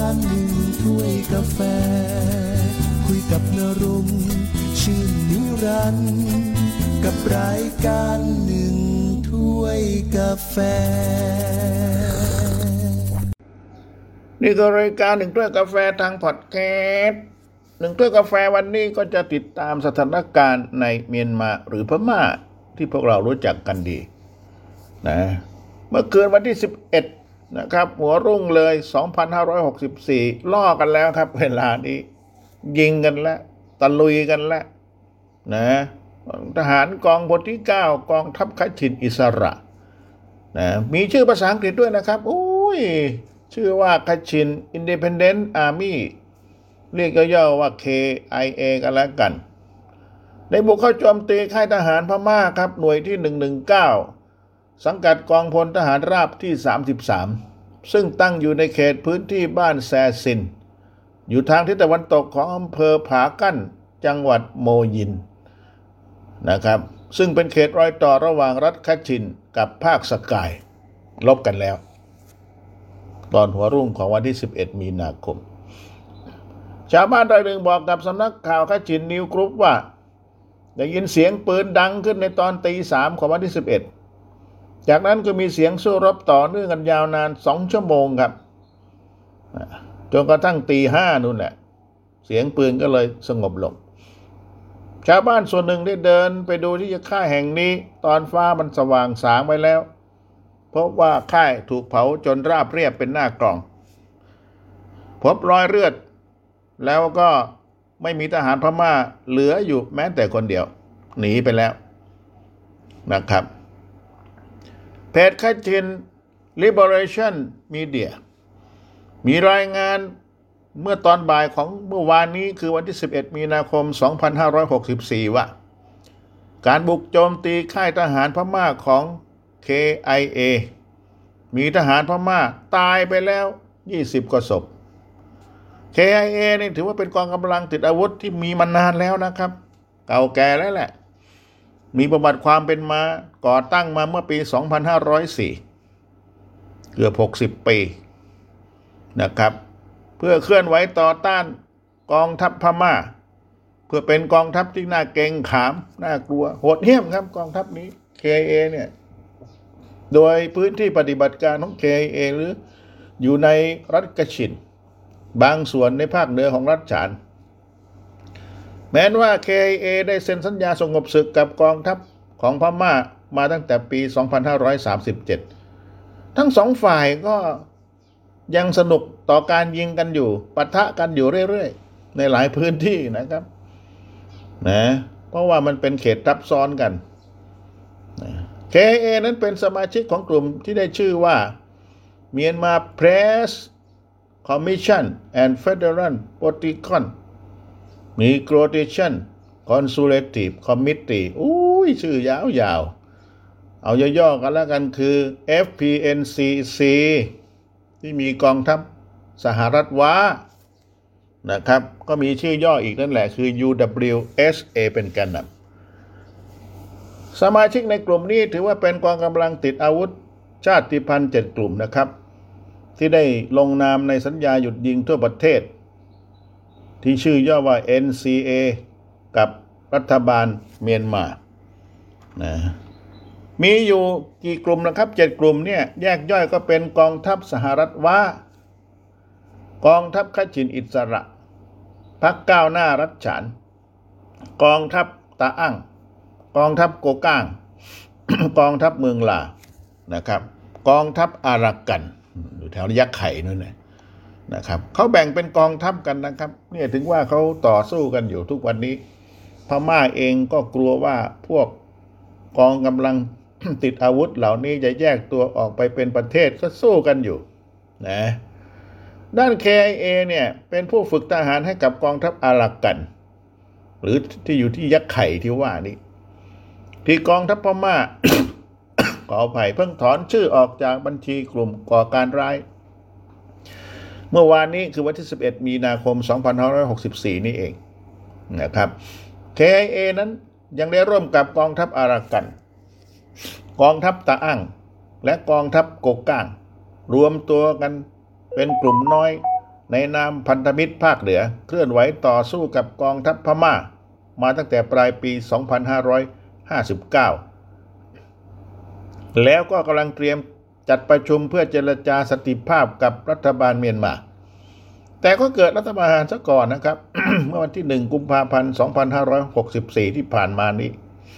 การหนึ่งถ้วยกาแฟคุยกับนรงค์ชื่นนิรันดร์กับรายการหนึ่งถ้วยกาแฟนี่ก็รายการหนึ่งถ้วยกาแฟทางพอดแคสต์หนึ่งถ้วยกาแฟวันนี้ก็จะติดตามสถานการณ์ในเมียนมาหรือพม่าที่พวกเรารู้จักกันดีนะเมื่อคืนวันที่11นะครับหัวรุ่งเลย2564ล่อกันแล้วครับเวลานี้ยิงกันแล้วตะลุยกันแล้วนะทหารกองพลที่9กองทัพคชินอิสระนะมีชื่อภาษาอังกฤษด้วยนะครับอุ้ยชื่อว่าคชิน Independent Army เรียกย่อๆว่า KIA กันแล้วกันได้บุกเข้าโจมตีค่ายทหารพม่าครับหน่วยที่119สังกัดกองพลทหารราบที่33ซึ่งตั้งอยู่ในเขตพื้นที่บ้านแซซินอยู่ทางทิศตะวันตกของอำเภอผากั้นจังหวัดโมยินนะครับซึ่งเป็นเขตรอยต่อระหว่างรัฐคชินกับภาคสกายลบกันแล้วตอนหัวรุ่งของวันที่11มีนาคมชาวบ้านรายหนึ่งบอกกับสำนักข่าวคชินนิวกรุ๊ปว่าได้ยินเสียงปืนดังขึ้นในตอนตี3ของวันที่11จากนั้นก็มีเสียงสู้รบต่อเนื่องกันยาวนาน2ชั่วโมงครับจนกระทั่งตี5นู่นแหละเสียงปืนก็เลยสงบลงชาวบ้านส่วนหนึ่งได้เดินไปดูที่ค่ายแห่งนี้ตอนฟ้ามันสว่างสางไปแล้วพบว่าค่ายถูกเผาจนราบเรียบเป็นหน้ากล่องพบรอยเลือดแล้วก็ไม่มีทหารพม่าเหลืออยู่แม้แต่คนเดียวหนีไปแล้วนะครับเพจคชิน Liberation Media มีรายงานเมื่อตอนบ่ายของเมื่อวานนี้คือวันที่11มีนาคม2564ว่าการบุกโจมตีค่ายทหารพม่าของ KIA มีทหารพม่าตายไปแล้ว20กว่าศพ KIA นี่ถือว่าเป็นกองกำลังติดอาวุธที่มีมานานแล้วนะครับเก่าแก่แล้วแหละมีประวัติความเป็นมาก่อตั้งมาเมื่อปี2504เกือบ60ปีนะครับเพื่อเคลื่อนไหวต่อต้านกองทัพพม่าเพื่อเป็นกองทัพที่น่าเกรงขามน่ากลัวโหดเหี้ยมครับกองทัพนี้ KIA เนี่ยโดยพื้นที่ปฏิบัติการของ KIA หรืออยู่ในรัฐกชินบางส่วนในภาคเหนือของรัฐฉานแม้ว่า KIA ได้เซ็นสัญญาสงบศึกกับกองทัพของพม่ามาตั้งแต่ปี2537ทั้งสองฝ่ายก็ยังสนุกต่อการยิงกันอยู่ปะทะกันอยู่เรื่อยๆในหลายพื้นที่นะครับนะเพราะว่ามันเป็นเขตทับซ้อนกันนะ KIA นั้นเป็นสมาชิกของกลุ่มที่ได้ชื่อว่า Myanmar Press Commission and Federal Protocol Negotiation Consultative Committee อุ้ยชื่อยาวๆเอาย่อๆกันแล้วกันคือ FPNCC ที่มีกองทัพสหรัฐว้านะครับก็มีชื่อย่ออีกนั่นแหละคือ UWSA เป็นแกนนำสมาชิกในกลุ่มนี้ถือว่าเป็นกองกำลังติดอาวุธชาติพันธุ์7กลุ่มนะครับที่ได้ลงนามในสัญญาหยุดยิงทั่วประเทศที่ชื่อย่อว่า NCA กับรัฐบาลเมียนมานะมีอยู่กี่กลุ่มนะครับ7กลุ่มเนี่ยแยกย่อยก็เป็นกองทัพสหรัฐว้ากองทัพคชินอิสระพรรคก้าวหน้ารัฐฉานกองทัพตาอั่งกองทัพโกก้าง กองทัพเมืองลานะครับกองทัพอารักกันอยู่แถวยักษ์ไข่นั่นแหละนะครับเขาแบ่งเป็นกองทัพกันนะครับเนี่ยถึงว่าเขาต่อสู้กันอยู่ทุกวันนี้พม่าเองก็กลัวว่าพวกกองกำลัง ติดอาวุธเหล่านี้จะแยกตัวออกไปเป็นประเทศก็สู้กันอยู่นะด้าน KIA เนี่ยเป็นผู้ฝึกทหารให้กับกองทัพอารักกันหรือที่อยู่ที่ยักษ์ไข่ที่ว่านี้ที่กองทัพพม่า ขออภัยเพิ่งถอนชื่อออกจากบัญชีกลุ่มก่อการร้ายเมื่อวานนี้คือวันที่11มีนาคม2564นี่เองนะครับ KIA นั้นยังได้ร่วมกับกองทัพอารักกันกองทัพตาอั่งและกองทัพโกก้างรวมตัวกันเป็นกลุ่มน้อยในนามพันธมิตรภาคเหนือเคลื่อนไหวต่อสู้กับกองทัพพม่ามาตั้งแต่ปลายปี 2559 แล้วก็กำลังเตรียมจัดประชุมเพื่อเจรจาสันติภาพกับรัฐบาลเมียนมาแต่ก็เกิดรัฐประหารซะก่อนนะครับ เมื่อวันที่ 1 กุมภาพันธ์ 2564 ที่ผ่านมานี้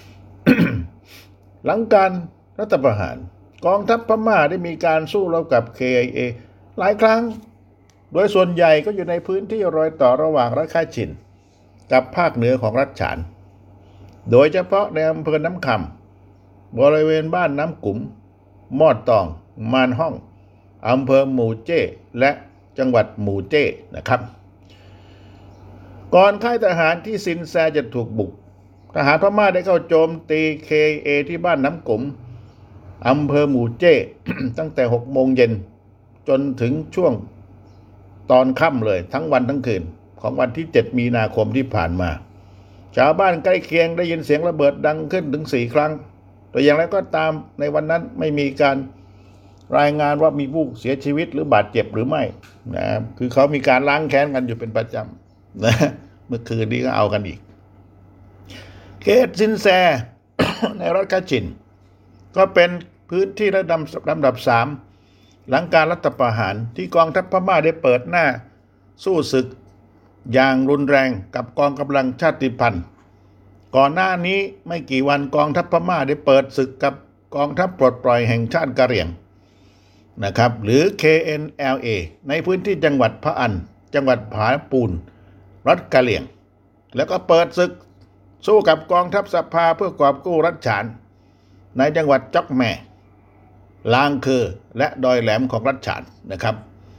หลังการรัฐประหารกองทัพพม่าได้มีการสู้รบกับ KIA หลายครั้งโดยส่วนใหญ่ก็อยู่ในพื้นที่รอยต่อระหว่างรัฐคาชินกับภาคเหนือของรัฐฉานโดยเฉพาะในอำเภอน้ำคำบริเวณบ้านน้ำกุ๋มมอดตองมานฮ่องอำเภอหมู่เจ้และจังหวัดหมู่เจ้นะครับก่อนค่ายทหารที่ซินแซจะถูกบุกทหารพม่าได้เข้าโจมตี KIA ที่บ้านน้ำกุ๋มอำเภอหมู่เจ้ ตั้งแต่ 6 โมงเย็นจนถึงช่วงตอนค่ำเลยทั้งวันทั้งคืนของวันที่ 7 มีนาคมที่ผ่านมาชาวบ้านใกล้เคียงได้ยินเสียงระเบิดดังขึ้นถึง 4 ครั้งแต่อย่างไรก็ตามในวันนั้นไม่มีการรายงานว่ามีผู้เสียชีวิตหรือบาดเจ็บหรือไม่นะคือเขามีการล้างแค้นกันอยู่เป็นประจำนะเมื่อคืนนี้ก็เอากันอีกเขตซินแซ ในรัฐคาชินก็เป็นพื้นที่ระดับ 3หลังการรัฐประหารที่กองทัพพม่าได้เปิดหน้าสู้ศึกอย่างรุนแรงกับกองกำลังชาติพันธุ์ก่อนหน้านี้ไม่กี่วันกองทัพพม่าได้เปิดศึกกับกองทัพปลดปล่อยแห่งชาติกะเหรี่ยงนะครับหรือ KNLA ในพื้นที่จังหวัดพะอันจังหวัดผาปูนรัฐกะเหรี่ยงแล้วก็เปิดศึกสู้กับกองทัพสภาเพื่อกอบกู้รัฐฉานในจังหวัดจ๊อกแม่ลางเคอและดอยแหลมของรัฐฉานนะครับ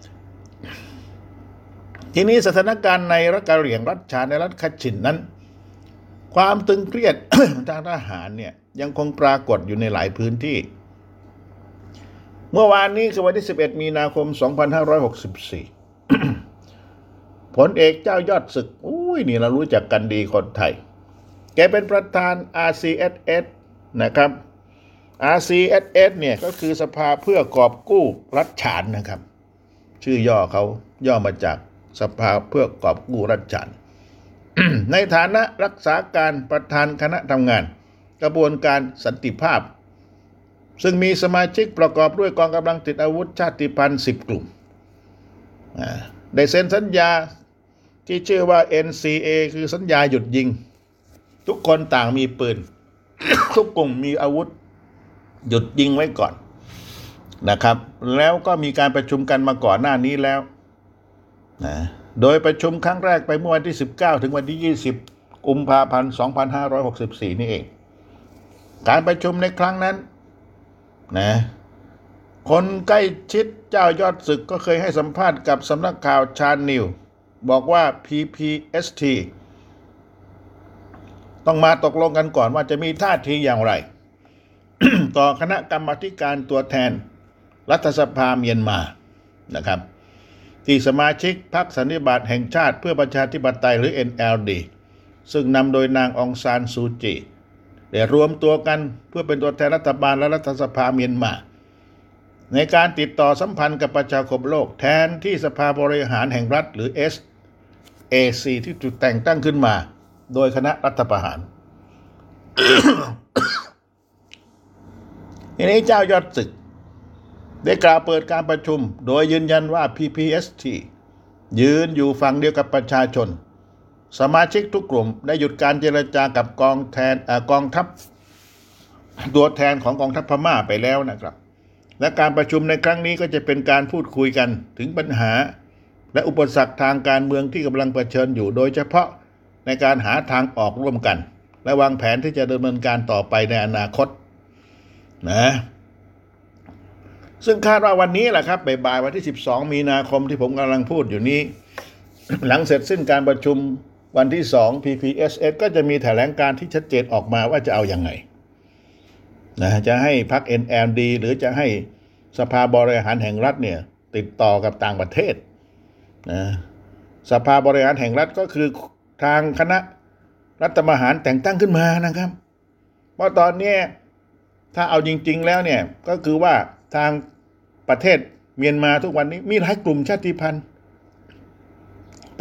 ทีนี้สถานการณ์ในรัฐกะเหรี่ยงรัฐฉานในรัฐคาชินนั้นความตึงเครียด ทางทหารเนี่ยยังคงปรากฏอยู่ในหลายพื้นที่เมื่อวานนี้คือวันที่ 11 มีนาคม 2564 ผลเอกเจ้ายอดศึกนี่เรารู้จักกันดีคนไทยแกเป็นประธาน RCSS นะครับ RCSS เนี่ยก็คือสภาเพื่อกอบกู้รัฐฉานนะครับชื่อย่อเขาย่อมาจากสภาเพื่อกอบกู้รัฐฉาน ในฐานะรักษาการประธานคณะทำงานกระบวนการสันติภาพซึ่งมีสมาชิกประกอบด้วยกองกำลังติดอาวุธชาติพันธุ์10 กลุ่มได้เซ็นสัญญาที่ชื่อว่า NCA คือสัญญาหยุดยิงทุกคนต่างมีปืน ทุกกลุ่มมีอาวุธหยุดยิงไว้ก่อนนะครับแล้วก็มีการประชุมกันมาก่อนหน้านี้แล้วนะโดยประชุมครั้งแรกไปเมื่อวันที่ 19 ถึงวันที่ 20 กุมภาพันธ์ 2564 นี่เองการประชุมในครั้งนั้นนะคนใกล้ชิดเจ้ายอดศึกก็เคยให้สัมภาษณ์กับสำนักข่าวชาญนิวบอกว่า PPST ต้องมาตกลงกันก่อนว่าจะมีท่าทีอย่างไร ต่อคณะกรรมาธิการตัวแทนรัฐสภาเมียนมานะครับที่สมาชิกพรรคสันนิบาตแห่งชาติเพื่อประชาธิปไตยหรือ NLD ซึ่งนำโดยนางองซานซูจีได้รวมตัวกันเพื่อเป็นตัวแทนรัฐบาลและรัฐสภาเมียนมาในการติดต่อสัมพันธ์กับประชาคมโลกแทนที่สภาบริหารแห่งรัฐหรือ SAC ที่ถูกแต่งตั้งขึ้นมาโดยคณะรัฐประหาร ทีนี้เจ้ายอดศึกได้กล่าวเปิดการประชุมโดยยืนยันว่า PPST ยืนอยู่ฝั่งเดียวกับประชาชนสมาชิกทุกกลุ่มได้หยุดการเจรจากับกองทัพตัวแทนของกองทัพพม่าไปแล้วนะครับและการประชุมในครั้งนี้ก็จะเป็นการพูดคุยกันถึงปัญหาและอุปสรรคทางการเมืองที่กำลังเผชิญอยู่โดยเฉพาะในการหาทางออกร่วมกันและวางแผนที่จะดำเนินการต่อไปในอนาคตนะซึ่งคาดว่าวันนี้แหละครับบ่ายวันที่ 12 มีนาคมที่ผมกำลังพูดอยู่นี้ หลังเสร็จสิ้นการประชุมวันที่ 2 PPSS ก็จะมีแถลงการที่ชัดเจนออกมาว่าจะเอาอย่างไงนะจะให้พรรค NLD หรือจะให้สภาบริหารแห่งรัฐเนี่ยติดต่อกับต่างประเทศนะสภาบริหารแห่งรัฐก็คือทางคณะรัฐประหารแต่งตั้งขึ้นมานะครับเพราะตอนนี้ถ้าเอาจริงๆแล้วเนี่ยก็คือว่าทางประเทศเมียนมาทุกวันนี้มีหลายกลุ่มชาติพันธุ์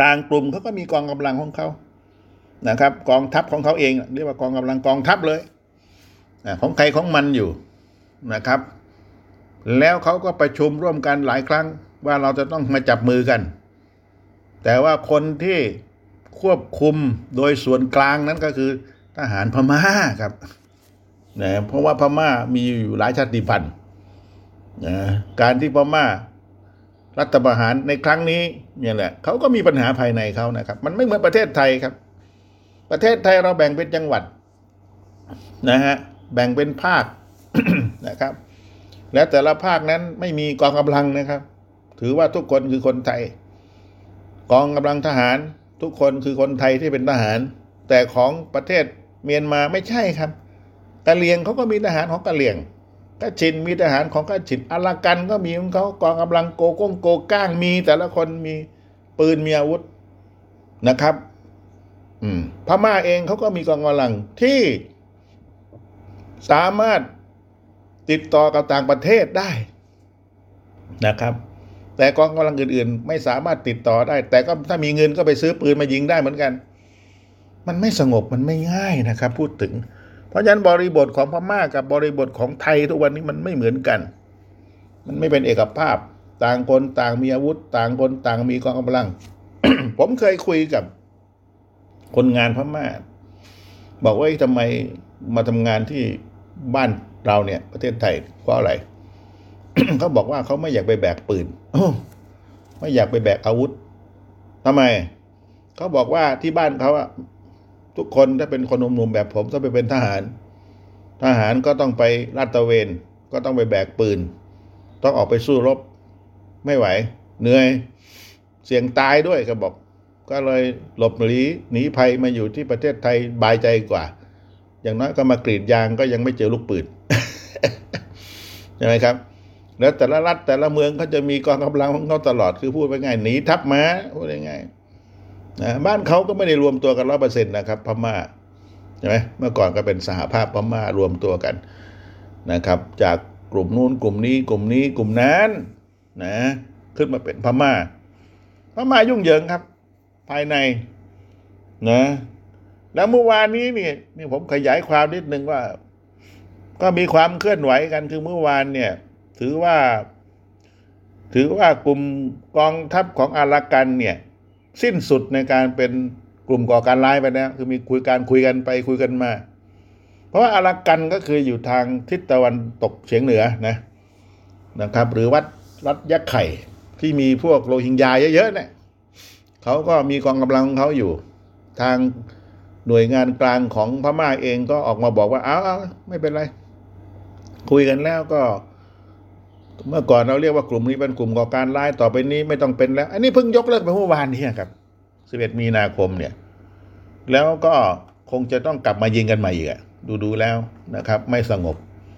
ต่างกลุ่มเขาก็มีกองกำลังของเขานะครับกองทัพของเขาเองเรียกว่ากองกำลังกองทัพเลยของใครของมันอยู่นะครับแล้วเขาก็ประชุมร่วมกันหลายครั้งว่าเราจะต้องมาจับมือกันแต่ว่าคนที่ควบคุมโดยส่วนกลางนั้นก็คือทหารพม่าครับนะเพราะว่าพม่ามีอยู่หลายชาติพันธุ์นะการที่พม่ารัฐประหารในครั้งนี้เนี่ยแหละเขาก็มีปัญหาภายในเขานะครับมันไม่เหมือนประเทศไทยครับประเทศไทยเราแบ่งเป็นจังหวัดนะฮะแบ่งเป็นภาค นะครับแล้วแต่ละภาคนั้นไม่มีกองกำลังนะครับถือว่าทุกคนคือคนไทยกองกำลังทหารทุกคนคือคนไทยที่เป็นทหารแต่ของประเทศเมียนมาไม่ใช่ครับกะเหรี่ยงเขาก็มีทหารของกะเหรี่ยงกะฉินมีทหารของกะฉินอารากันก็มีของเขากองกำลังโกก้างมีแต่ละคนมีปืนมีอาวุธนะครับพม่าเองเขาก็มีกองกำลังที่สามารถติดต่อกับต่างประเทศได้นะครับแต่กองกำลังอื่นๆไม่สามารถติดต่อได้แต่ก็ถ้ามีเงินก็ไปซื้อปืนมายิงได้เหมือนกันมันไม่สงบมันไม่ง่ายนะครับพูดถึงเพราะฉะนั้นบริบทของพม่ากับบริบทของไทยทุกวันนี้มันไม่เหมือนกันมันไม่เป็นเอกภาพต่างคนต่างมีอาวุธต่างคนต่างมีกองกำลัง ผมเคยคุยกับคนงานพม่าบอกว่าทำไมมาทำงานที่บ้านเราเนี่ยประเทศไทยเพราะอะไร เขาบอกว่าเขาไม่อยากไปแบกปืนไม่อยากไปแบกอาวุธทำไมเขาบอกว่าที่บ้านเขาอะทุกคนถ้าเป็นคนหนุ่มๆแบบผมถ้าไปเป็นทหารก็ต้องไปลาดตระเวนก็ต้องไปแบกปืนต้องออกไปสู้รบไม่ไหวเหนื่อยเสี่ยงตายด้วยก็บอกก็เลยหลบหนีภัยมาอยู่ที่ประเทศไทยบายใจกว่าอย่างน้อยก็มากรีดยางก็ยังไม่เจอลูกปืน ใช่ไหมครับแล้วแต่ละรัฐแต่ละเมืองเขาจะมีกองกำลังของเขาตลอดคือพูดไปง่ายหนีทัพม้าพูดง่ายนะบ้านเขาก็ไม่ได้รวมตัวกัน 100% นะครับพม่าใช่ไหมเมื่อก่อนก็เป็นสหภาพพม่ารวมตัวกันนะครับจากกลุ่มนู้นกลุ่มนี้กลุ่มนี้กลุ่มนั้นนะขึ้นมาเป็นพม่ายุ่งเหยิงครับภายในนะแล้วเมื่อวานนี้นี่ผมขยายความนิดนึงว่าก็มีความเคลื่อนไหวกันคือเมื่อวานเนี่ยถือว่ากลุ่มกองทัพของอารากันเนี่ยสิ้นสุดในการเป็นกลุ่มก่อการร้ายไปแล้วคือมีคุยกันไปคุยกันมาเพราะว่าอารากันก็คืออยู่ทางทิศตะวันตกเฉียงเหนือนะครับหรือรัฐยะไข่ที่มีพวกโรฮิงญาเยอะๆเนี่ยเขาก็มีกองกำลังของเขาอยู่ทางหน่วยงานกลางของพม่าเองก็ออกมาบอกว่าเอาไม่เป็นไรคุยกันแล้วก็เมื่อก่อนเราเรียกว่ากลุ่มนี้เป็นกลุ่มก่อการร้ายต่อไปนี้ไม่ต้องเป็นแล้วอันนี้เพิ่งยกเลิกไปเมื่อวานนี้ครับ11 มีนาคมเนี่ยแล้วก็คงจะต้องกลับมายิงกันใหม่อีกดูแล้วนะครับไม่สงบ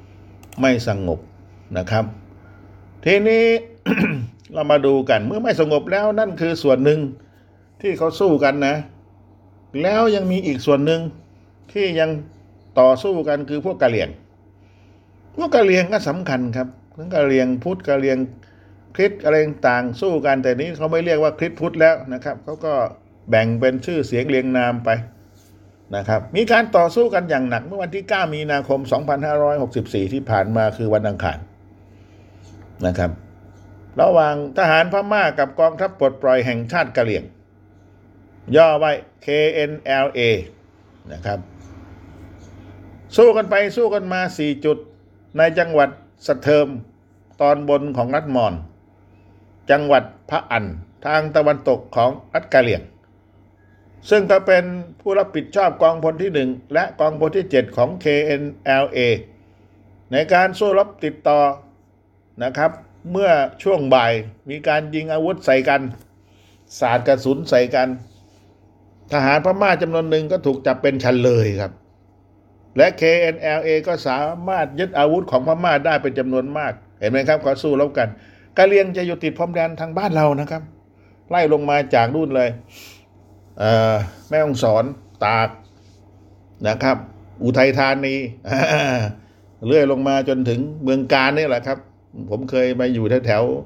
นะครับทีนี้ เรามาดูกันเมื่อไม่สงบแล้วนั่นคือส่วนหนึ่งที่เขาสู้กันนะแล้วยังมีอีกส่วนหนึ่งที่ยังต่อสู้กันคือพวกกะเหรี่ยงก็สำคัญครับทั้งกะเหรี่ยงพุทธกะเหรี่ยงคริสต์อะไรต่างสู้กันแต่นี้เขาไม่เรียกว่าคริสต์พุทธแล้วนะครับเขาก็แบ่งเป็นชื่อเสียงเรียงนามไปนะครับมีการต่อสู้กันอย่างหนักเมื่อวันที่9 มีนาคม 2564ที่ผ่านมาคือวันอังคารนะครับระหว่างทหารพม่ากับกองทัพปลดปล่อยแห่งชาติกะเหรี่ยงย่อไว้ KNLA นะครับสู้กันไปสู้กันมา4 จุดในจังหวัดสะเทิมตอนบนของรัฐมอญจังหวัดพะอันทางตะวันตกของรัฐกะเหรี่ยงซึ่งก็เป็นผู้รับผิดชอบกองพลที่1และกองพลที่7ของ KNLA ในการสู้รบติดต่อนะครับเมื่อช่วงบ่ายมีการยิงอาวุธใส่กันสาดกระสุนใส่กันทหารพม่าจำนวนหนึ่งก็ถูกจับเป็นชันเลยครับและ KNLA ก็สามารถยึดอาวุธของพม่าได้เป็นจำนวนมากเห็นไหมครับเขาสู้รบกันกะเหรี่ยงจะอยู่ติดพรมแดนทางบ้านเรานะครับไล่ลงมาจากนู่นเลยแม่ฮ่องสอนตากนะครับอุทัยธานีเลื่อยลงมาจนถึงเมืองกาญนี่แหละครับผมเคยมาอยู่แถว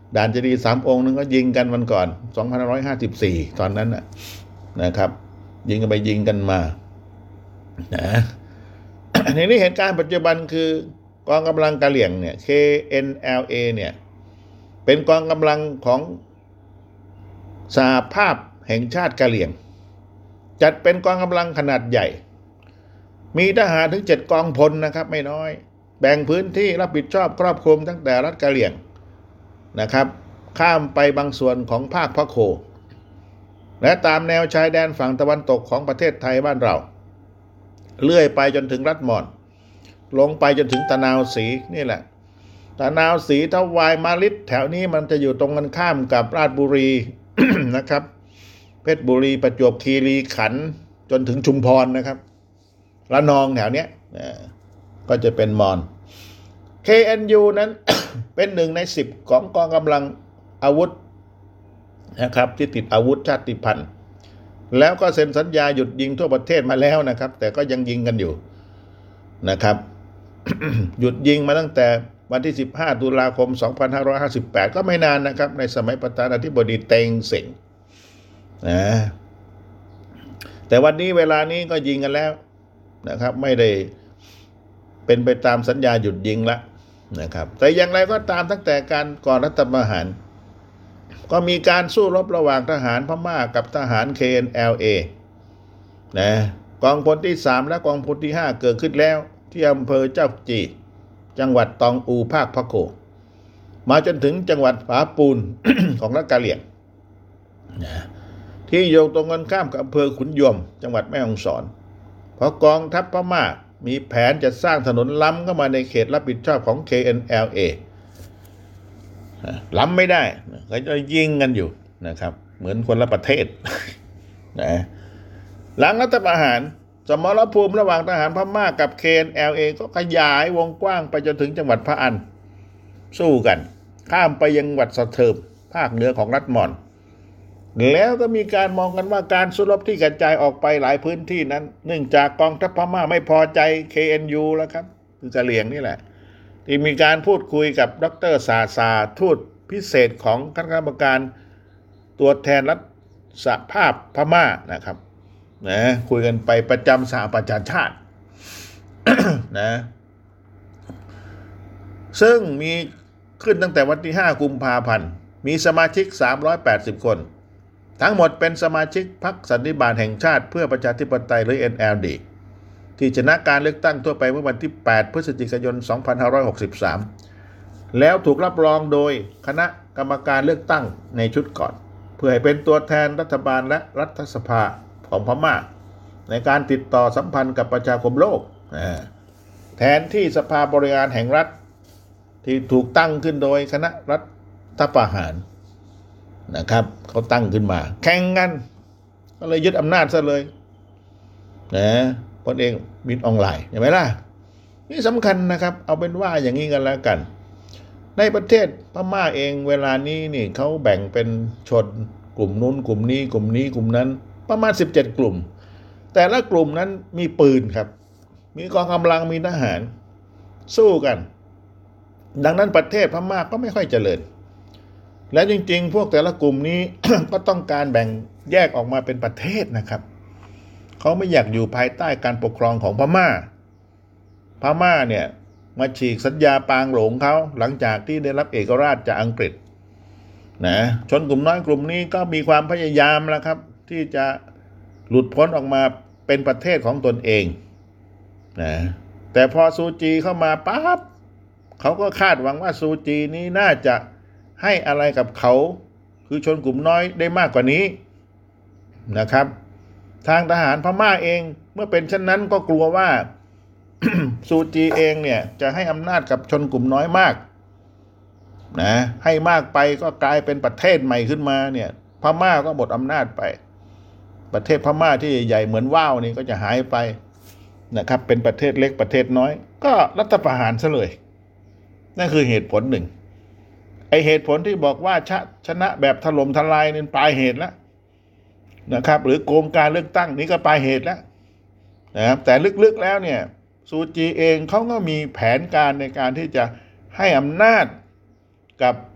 ด่านเจดีย์3 องค์นึงก็ยิงกันวันก่อน2554ตอนนั้นนะครับยิงกันไปยิงกันมานะในนี้เหตุการณ์ปัจจุบันคือกองกำลังกะเหรี่ยงเนี่ย KNLA เนี่ยเป็นกองกำลังของสหภาพแห่งชาติกะเหรี่ยงจัดเป็นกองกำลังขนาดใหญ่มีทหารถึง7 กองพลนะครับไม่น้อยแบ่งพื้นที่รับผิดชอบครอบคลุมตั้งแต่รัฐกะเหรี่ยงนะครับข้ามไปบางส่วนของภาคพะโขและตามแนวชายแดนฝั่งตะวันตกของประเทศไทยบ้านเราเลื่อยไปจนถึงรัฐมอญลงไปจนถึงตะนาวศรีนี่แหละตะนาวศรีทวายมาลิดแถวนี้มันจะอยู่ตรงกันข้ามกับราชบุรี นะครับเพชรบุรีประจวบคีรีขันธ์จนถึงชุมพรนะครับระนองแถวเนี้ยก็จะเป็นมอญ KNU นั้น เป็น1 ใน 10ของกองกำลังอาวุธนะครับที่ติดอาวุธชาติพันธุ์แล้วก็เซ็นสัญญาหยุดยิงทั่วประเทศมาแล้วนะครับแต่ก็ยังยิงกันอยู่นะครับ หยุดยิงมาตั้งแต่วันที่15 ตุลาคม 2558ก็ไม่นานนะครับในสมัยประธานาธิบดีเต็งเส็งนะแต่วันนี้เวลานี้ก็ยิงกันแล้วนะครับไม่ได้เป็นไปตามสัญญาหยุดยิงละนะครับแต่อย่างไรก็ตามตั้งแต่การก่อนรัฐประหารก็มีการสู้รบระหว่างทหารพม่ากับทหาร KNLA นะกองพลที่3และกองพลที่5เกิดขึ้นแล้วที่อำเภอเจ้าจีจังหวัดตองอูภาคพะโขมาจนถึงจังหวัดผาปูน ของรัฐกะเหรี่ยงนะที่อยู่ตรงกันข้ามกับอำเภอขุนยวมจังหวัดแม่ฮ่องสอนเพราะกองทัพพม่ามีแผนจะสร้างถนนล้ำเข้ามาในเขตรับผิดชอบของ KNLA ล้ำไม่ได้เขาจะยิงกันอยู่นะครับเหมือนคนละประเทศนะหลังรัฐประหารสมรภูมิระหว่างทหารพม่ากับ KNLA ก็ขยายวงกว้างไปจนถึงจังหวัดพะอันสู้กันข้ามไปยังจังหวัดสะเทิมภาคเหนือของรัฐมอญแล้วก็มีการมองกันว่าการสู้รบที่กระจายออกไปหลายพื้นที่นั้นเนื่องจากกองทัพพม่าไม่พอใจ KNU แล้วครับคือกะเหรี่ยงนี่แหละที่มีการพูดคุยกับดร.ซาซาทูตพิเศษของคณะกรรมการตัวแทนรัฐสหภาพพม่านะครับนะคุยกันไปประจำสหประชาชาติ นะซึ่งมีขึ้นตั้งแต่วันที่5 กุมภาพันธ์มีสมาชิก380 คนทั้งหมดเป็นสมาชิกพรรคสันนิบาตแห่งชาติเพื่อประชาธิปไตยหรือ NLD ที่ชนะการเลือกตั้งทั่วไปเมื่อวันที่8 พฤศจิกายน 2563แล้วถูกรับรองโดยคณะกรรมการเลือกตั้งในชุดก่อนเพื่อให้เป็นตัวแทนรัฐบาลและรัฐสภาของพม่าในการติดต่อสัมพันธ์กับประชาคมโลกแทนที่สภาบริหารแห่งรัฐที่ถูกตั้งขึ้นโดยคณะรัฐประหารนะครับเขาตั้งขึ้นมาแข่งกันก็เลยยึดอำนาจซะเลยนะพลเอกมินออนไลน์เห็นไหมล่ะนี่สำคัญนะครับเอาเป็นว่าอย่างนี้กันแล้วกันในประเทศพม่าเองเวลานี้นี่เขาแบ่งเป็นชนกลุ่มนู้นกลุ่มนี้กลุ่มนี้กลุ่มนั้นประมาณ17 กลุ่มแต่ละกลุ่มนั้นมีปืนครับมีกองกำลังมีทหารสู้กันดังนั้นประเทศพม่าก็ไม่ค่อยเจริญและจริงๆพวกแต่ละกลุ่มนี้ ก็ต้องการแบ่งแยกออกมาเป็นประเทศนะครับเขาไม่อยากอยู่ภายใต้การปกครองของพม่าเนี่ยมาฉีกสัญญาปางหลงเขาหลังจากที่ได้รับเอกราชจากอังกฤษนะชนกลุ่มน้อยกลุ่มนี้ก็มีความพยายามแล้วครับที่จะหลุดพ้นออกมาเป็นประเทศของตนเองนะแต่พอซูจีเข้ามาปั๊บเขาก็คาดหวังว่าซูจีนี้น่าจะให้อะไรกับเขาคือชนกลุ่มน้อยได้มากกว่านี้นะครับทางทหารพม่าเองเมื่อเป็นเช่นนั้นก็กลัวว่า ซูจีเองเนี่ยจะให้อำนาจกับชนกลุ่มน้อยมากนะให้มากไปก็กลายเป็นประเทศใหม่ขึ้นมาเนี่ยพม่าก็หมดอำนาจไปประเทศพม่าที่ใหญ่เหมือนว่าวนี่ก็จะหายไปนะครับเป็นประเทศเล็กประเทศน้อยก็รัฐประหารซะเลยนั่นคือเหตุผลหนึ่งไอเหตุผลที่บอกว่าชนะแบบถล่มทลายนี่ปลายเหตุแล้วนะครับหรือโกงการเลือกตั้งนี่ก็ปลายเหตุแล้วนะครับแต่ลึกๆแล้วเนี่ยซูจีเองเขาก็มีแผนการในการที่จะให้อำนาจกับ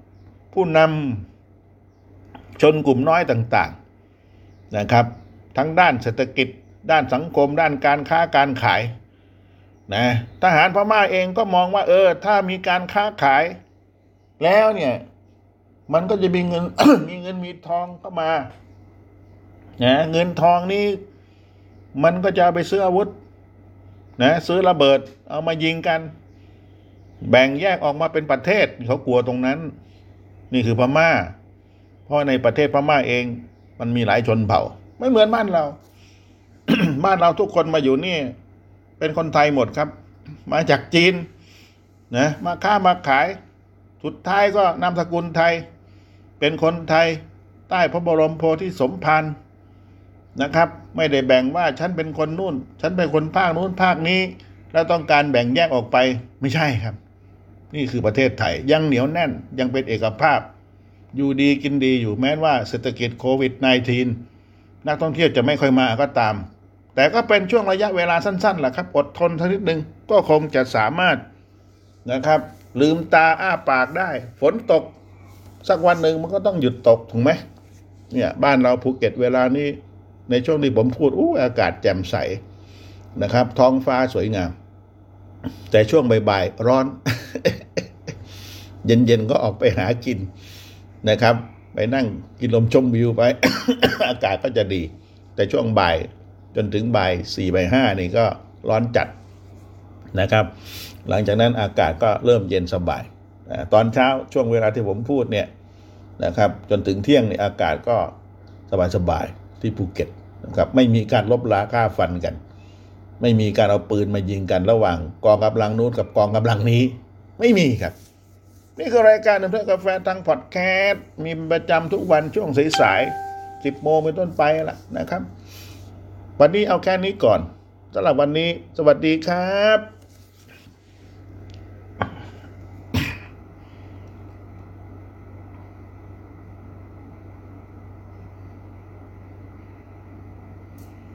ผู้นำชนกลุ่มน้อยต่างๆนะครับทั้งด้านเศรษฐกิจด้านสังคมด้านการค้าการขายนะทหารพม่าเองก็มองว่าถ้ามีการค้าขายแล้วเนี่ยมันก็จะมีเงิน มีเงินมีทองเข้ามานะเงินทองนี้มันก็จะเอาไปซื้ออาวุธนะซื้อระเบิดเอามายิงกันแบ่งแยกออกมาเป็นประเทศเขากลัวตรงนั้นนี่คือพม่าเพราะในประเทศพม่าเองมันมีหลายชนเผ่าไม่เหมือนบ้านเรา บ้านเราทุกคนมาอยู่นี่เป็นคนไทยหมดครับมาจากจีนนะมาค้ามาขายสุดท้ายก็นามสกุลไทยเป็นคนไทยใต้พระบรมโพธิสมภารนะครับไม่ได้แบ่งว่าฉันเป็นคนนู่นฉันเป็นคนภาคนู้นภาคนี้แล้วต้องการแบ่งแยกออกไปไม่ใช่ครับนี่คือประเทศไทยยังเหนียวแน่นยังเป็นเอกภาพอยู่ดีกินดีอยู่แม้ว่าเศรษฐกิจโควิด -19 นักท่องเที่ยวจะไม่ค่อยมาก็ตามแต่ก็เป็นช่วงระยะเวลาสั้นๆแหละครับอดทนสักนิดนึงก็คงจะสามารถนะครับลืมตาอ้าปากได้ฝนตกสักวันหนึ่งมันก็ต้องหยุดตกถูกไหมเนี่ยบ้านเราภูเก็ตเวลานี้ในช่วงที่ผมพูดอากาศแจ่มใสนะครับท้องฟ้าสวยงามแต่ช่วงบ่ายๆร้อน เย็นๆก็ออกไปหากินนะครับไปนั่งกินลมชมวิวไป อากาศก็จะดีแต่ช่วงบ่ายจนถึงบ่าย4 บ่าย 5นี่ก็ร้อนจัดนะครับหลังจากนั้นอากาศก็เริ่มเย็นสบายตอนเช้าช่วงเวลาที่ผมพูดเนี่ยนะครับจนถึงเที่ยงนี่อากาศก็สบายๆที่ภูเก็ตนะครับไม่มีการลบราฆ่าฟันกันไม่มีการเอาปืนมายิงกันระหว่างกองกำลังนู้นกับกองกำลังนี้ไม่มีครับนี่คือรายการเพื่อนกาแฟทางพอดแคสต์มีประจำทุกวันช่วงสายๆ10 โมงเป็นต้นไปละนะครับวันนี้เอาแค่นี้ก่อนสำหรับวันนี้สวัสดีครับ